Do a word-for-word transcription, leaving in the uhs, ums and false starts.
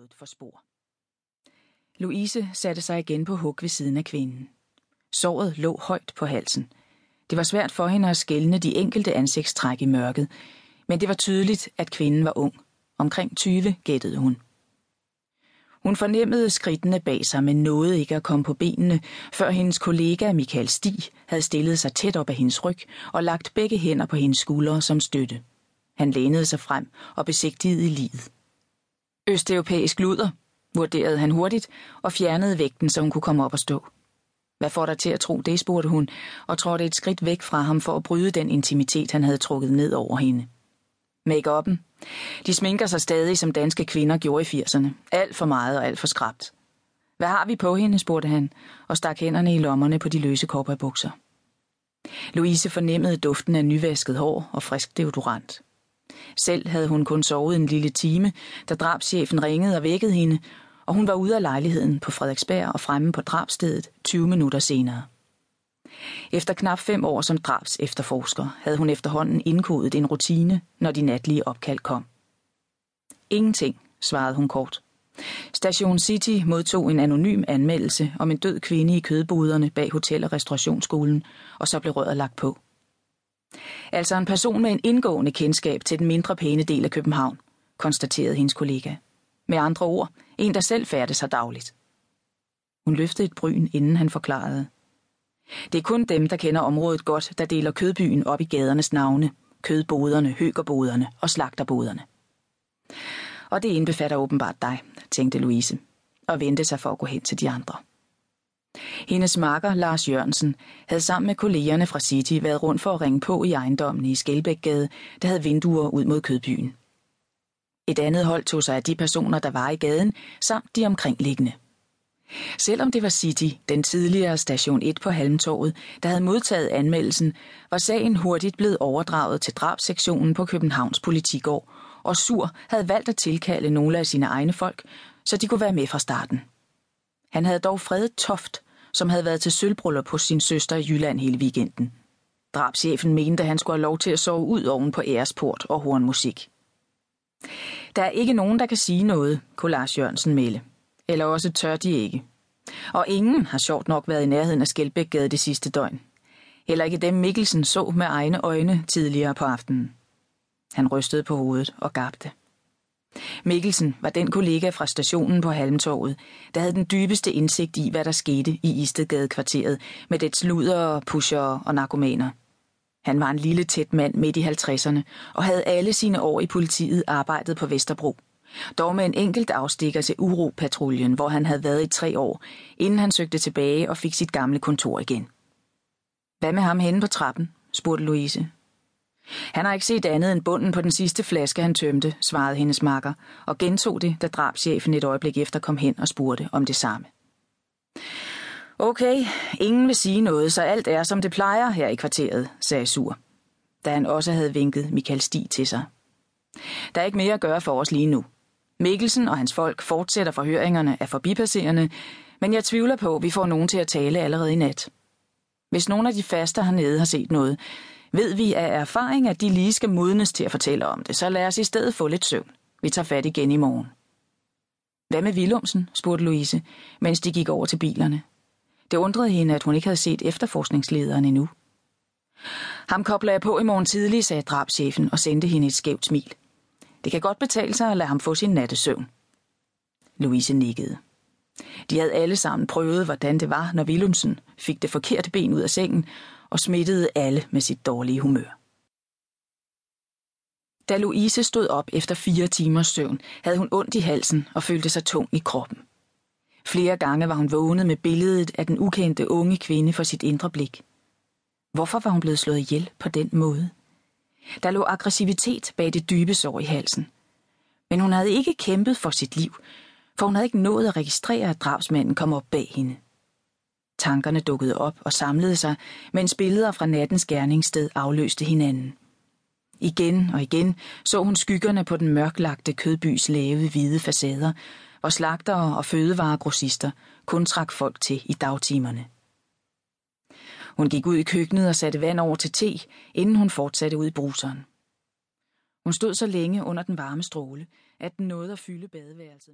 området for spor. Louise satte sig igen på hug ved siden af kvinden. Såret lå højt på halsen. Det var svært for hende at skelne de enkelte ansigtstræk i mørket, men det var tydeligt, at kvinden var ung. Omkring tyve gættede hun. Hun fornemmede skridtene bag sig, men nåede ikke at komme på benene, før hendes kollega Michael Stig havde stillet sig tæt op ad hendes ryg og lagt begge hænder på hendes skuldre som støtte. Han lænede sig frem og besigtigede liget. Østeuropæisk luder, vurderede han hurtigt og fjernede vægten, så hun kunne komme op og stå. Hvad får dig til at tro det, spurgte hun, og trådte et skridt væk fra ham for at bryde den intimitet, han havde trukket ned over hende. Make-up'en. De sminker sig stadig, som danske kvinder gjorde i firserne. Alt for meget og alt for skrabt. Hvad har vi på hende, spurgte han, og stak hænderne i lommerne på de løse cowboybukser. Louise fornemmede duften af nyvasket hår og frisk deodorant. Selv havde hun kun sovet en lille time, da drabschefen ringede og vækkede hende, og hun var ude af lejligheden på Frederiksberg og fremme på drabsstedet tyve minutter senere. Efter knap fem år som drabs efterforsker havde hun efterhånden indkodet en rutine, når de natlige opkald kom. Ingenting, svarede hun kort. Station City modtog en anonym anmeldelse om en død kvinde i kødboderne bag hotel- og restaurationsskolen, og så blev røret lagt på. Altså en person med en indgående kendskab til den mindre pæne del af København, konstaterede hendes kollega. Med andre ord, en der selv færdes sig dagligt. Hun løftede et bryn, inden han forklarede. Det er kun dem, der kender området godt, der deler kødbyen op i gadernes navne, kødboderne, høgerboderne og slagterboderne. Og det indbefatter åbenbart dig, tænkte Louise, og vendte sig for at gå hen til de andre. Hendes makker, Lars Jørgensen, havde sammen med kollegerne fra City været rundt for at ringe på i ejendommen i Skelbækgade, der havde vinduer ud mod kødbyen. Et andet hold tog sig af de personer, der var i gaden, samt de omkringliggende. Selvom det var City, den tidligere station et på Halmtorvet, der havde modtaget anmeldelsen, var sagen hurtigt blevet overdraget til drabssektionen på Københavns Politigård, og Sur havde valgt at tilkalde nogle af sine egne folk, så de kunne være med fra starten. Han havde dog fredet Toft, som havde været til sølvbryllup hos sin søster i Jylland hele weekenden. Drabschefen mente, at han skulle have lov til at sove ud oven på æresport og hornmusik. Der er ikke nogen, der kan sige noget, kunne Lars Jørgensen melde. Eller også tør de ikke. Og ingen har sjovt nok været i nærheden af Skelbækgade det sidste døgn. Heller ikke dem Mikkelsen så med egne øjne tidligere på aftenen. Han rystede på hovedet og gabte. Mikkelsen var den kollega fra stationen på Halmtorvet, der havde den dybeste indsigt i, hvad der skete i Istedgade-kvarteret med dets ludere, pushere og narkomaner. Han var en lille tæt mand midt i halvtredserne og havde alle sine år i politiet arbejdet på Vesterbro. Dog med en enkelt afstikker til Uro-patruljen, hvor han havde været i tre år, inden han søgte tilbage og fik sit gamle kontor igen. Hvad med ham henne på trappen? Spurgte Louise. Han har ikke set andet end bunden på den sidste flaske, han tømte, svarede hendes makker, og gentog det, da drabschefen et øjeblik efter kom hen og spurgte om det samme. Okay, ingen vil sige noget, så alt er, som det plejer her i kvarteret, sagde Sur, da han også havde vinket Michael Stig til sig. Der er ikke mere at gøre for os lige nu. Mikkelsen og hans folk fortsætter forhøringerne af forbipasserende, men jeg tvivler på, at vi får nogen til at tale allerede i nat. Hvis nogen af de faste hernede har set noget, ved vi af erfaring, at de lige skal modnes til at fortælle om det, så lad os i stedet få lidt søvn. Vi tager fat igen i morgen. Hvad med Willumsen? Spurgte Louise, mens de gik over til bilerne. Det undrede hende, at hun ikke havde set efterforskningslederen endnu. Ham kobler jeg på i morgen tidlig, sagde drabschefen og sendte hende et skævt smil. Det kan godt betale sig at lade ham få sin nattesøvn. Louise nikkede. De havde alle sammen prøvet, hvordan det var, når Willumsen fik det forkerte ben ud af sengen og smittede alle med sit dårlige humør. Da Louise stod op efter fire timers søvn, havde hun ondt i halsen og følte sig tung i kroppen. Flere gange var hun vågnet med billedet af den ukendte unge kvinde for sit indre blik. Hvorfor var hun blevet slået ihjel på den måde? Der lå aggressivitet bag det dybe sår i halsen. Men hun havde ikke kæmpet for sit liv, for hun havde ikke nået at registrere, at drabsmanden kom op bag hende. Tankerne dukkede op og samlede sig, mens billeder fra nattens gerningssted afløste hinanden. Igen og igen så hun skyggerne på den mørklagte kødbys lave hvide facader, hvor slagtere og fødevaregrossister kun trak folk til i dagtimerne. Hun gik ud i køkkenet og satte vand over til te, inden hun fortsatte ud i bruseren. Hun stod så længe under den varme stråle, at den nåede at fylde badeværelset.